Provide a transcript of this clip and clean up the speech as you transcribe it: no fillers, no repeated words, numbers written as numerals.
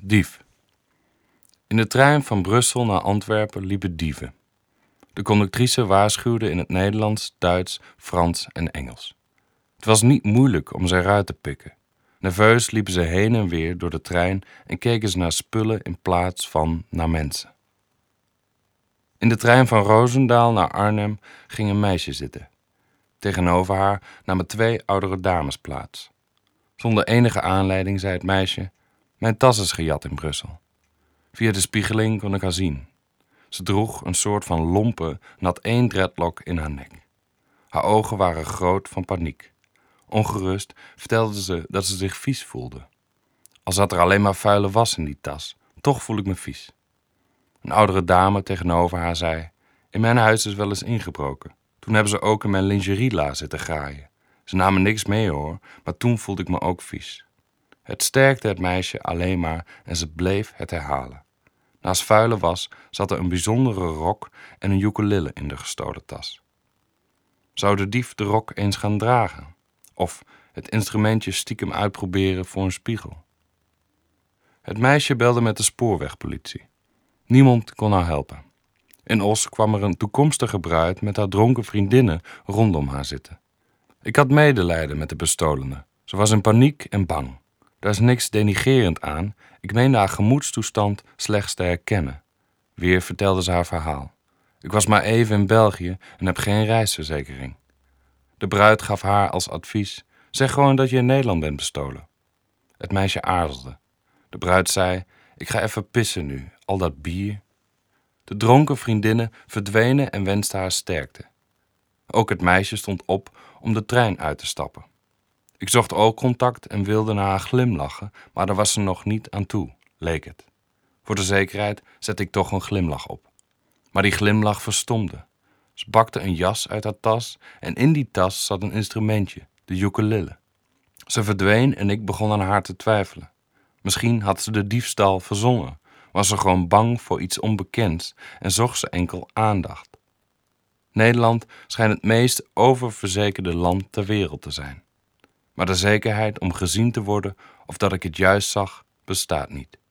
Dief. In de trein van Brussel naar Antwerpen liepen dieven. De conductrice waarschuwde in het Nederlands, Duits, Frans en Engels. Het was niet moeilijk om ze eruit te pikken. Nerveus liepen ze heen en weer door de trein en keken ze naar spullen in plaats van naar mensen. In de trein van Roosendaal naar Arnhem ging een meisje zitten. Tegenover haar namen 2 oudere dames plaats. Zonder enige aanleiding zei het meisje: "Mijn tas is gejat in Brussel." Via de spiegeling kon ik haar zien. Ze droeg een soort van lompe en had 1 dreadlock in haar nek. Haar ogen waren groot van paniek. Ongerust vertelde ze dat ze zich vies voelde. Al zat er alleen maar vuile was in die tas, toch voel ik me vies. Een oudere dame tegenover haar zei: "In mijn huis is wel eens ingebroken. Toen hebben ze ook in mijn lingeriela zitten graaien. Ze namen niks mee hoor, maar toen voelde ik me ook vies." Het sterkte het meisje alleen maar en ze bleef het herhalen. Naast vuile was zat er een bijzondere rok en een ukulele in de gestolen tas. Zou de dief de rok eens gaan dragen? Of het instrumentje stiekem uitproberen voor een spiegel? Het meisje belde met de spoorwegpolitie. Niemand kon haar helpen. In Os kwam er een toekomstige bruid met haar dronken vriendinnen rondom haar zitten. Ik had medelijden met de bestolene. Ze was in paniek en bang. Daar is niks denigrerend aan. Ik meende haar gemoedstoestand slechts te herkennen. Weer vertelde ze haar verhaal. Ik was maar even in België en heb geen reisverzekering. De bruid gaf haar als advies: zeg gewoon dat je in Nederland bent bestolen. Het meisje aarzelde. De bruid zei: ik ga even pissen nu, al dat bier. De dronken vriendinnen verdwenen en wensten haar sterkte. Ook het meisje stond op om de trein uit te stappen. Ik zocht oogcontact en wilde naar haar glimlachen, maar daar was ze nog niet aan toe, leek het. Voor de zekerheid zette ik toch een glimlach op. Maar die glimlach verstomde. Ze bakte een jas uit haar tas en in die tas zat een instrumentje, de ukulele. Ze verdween en ik begon aan haar te twijfelen. Misschien had ze de diefstal verzonnen, was ze gewoon bang voor iets onbekends en zocht ze enkel aandacht. Nederland schijnt het meest oververzekerde land ter wereld te zijn. Maar de zekerheid om gezien te worden of dat ik het juist zag, bestaat niet.